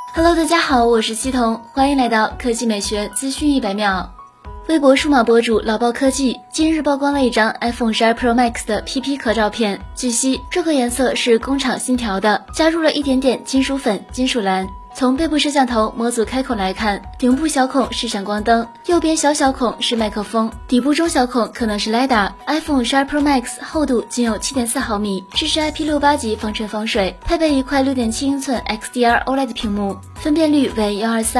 Hello， 大家好，我是西彤，欢迎来到科技美学资讯100秒。微博数码博主老包科技今日曝光了一张 iPhone 12 Pro Max 的 PP 壳照片。据悉，这颗颜色是工厂新调的，加入了一点点金属粉、金属蓝。从背部摄像头模组开孔来看，顶部小孔是闪光灯，右边小孔是麦克风，底部中小孔可能是 LiDAR。iPhone 12 Pro Max 厚度仅有 7.4 毫米，支持 IP68 级防尘防水，配备一块 6.7 英寸 XDR OLED 屏幕，分辨率为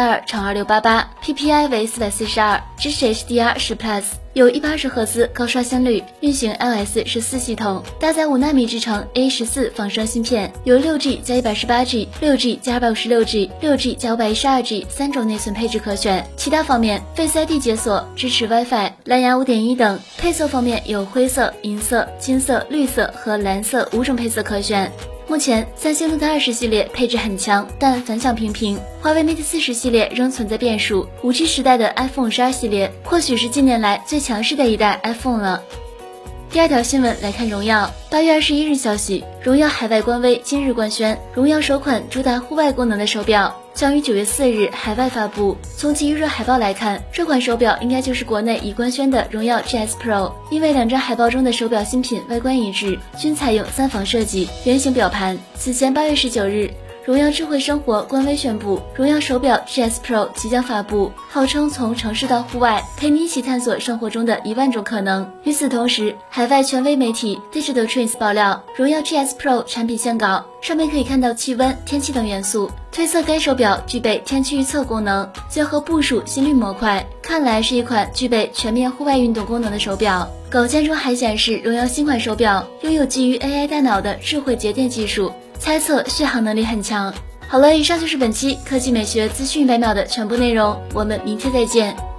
1242×2688，PPI 为442，支持 HDR10 Plus。有120赫兹高刷新率，运行 iOS 14系统，搭载5纳米制程 A14 仿生芯片，有 6G 加 128G、6G 加 256G、6G 加 512G 3种内存配置可选。其他方面 ，Face ID 解锁，支持 WiFi、蓝牙 5.1 等。配色方面有灰色、银色、金色、绿色和蓝色5种配色可选。目前，三星 Note 20系列配置很强，但反响平平。华为 Mate 40系列仍存在变数。5G 时代的 iPhone 12系列或许是近年来最强势的一代 iPhone 了。第二条新闻来看荣耀。8月21日消息，荣耀海外官微今日官宣，荣耀首款主打户外功能的手表将于9月4日海外发布。从其预热海报来看，这款手表应该就是国内已官宣的荣耀 GS Pro， 因为两张海报中的手表新品外观一致，均采用3防设计，圆形表盘。此前8月19日，荣耀智慧生活官微宣布，荣耀手表 GS Pro 即将发布，号称从城市到户外，陪你一起探索生活中的1万种可能。与此同时，海外权威媒体 Digital Trends 爆料，荣耀 GS Pro 产品线稿上面可以看到气温、天气等元素，推测该手表具备天气预测功能，结合步数、心率模块，看来是一款具备全面户外运动功能的手表。稿件中还显示，荣耀新款手表拥有基于 AI 大脑的智慧节电技术，猜测续航能力很强。好了，以上就是本期科技美学资讯100秒的全部内容，我们明天再见。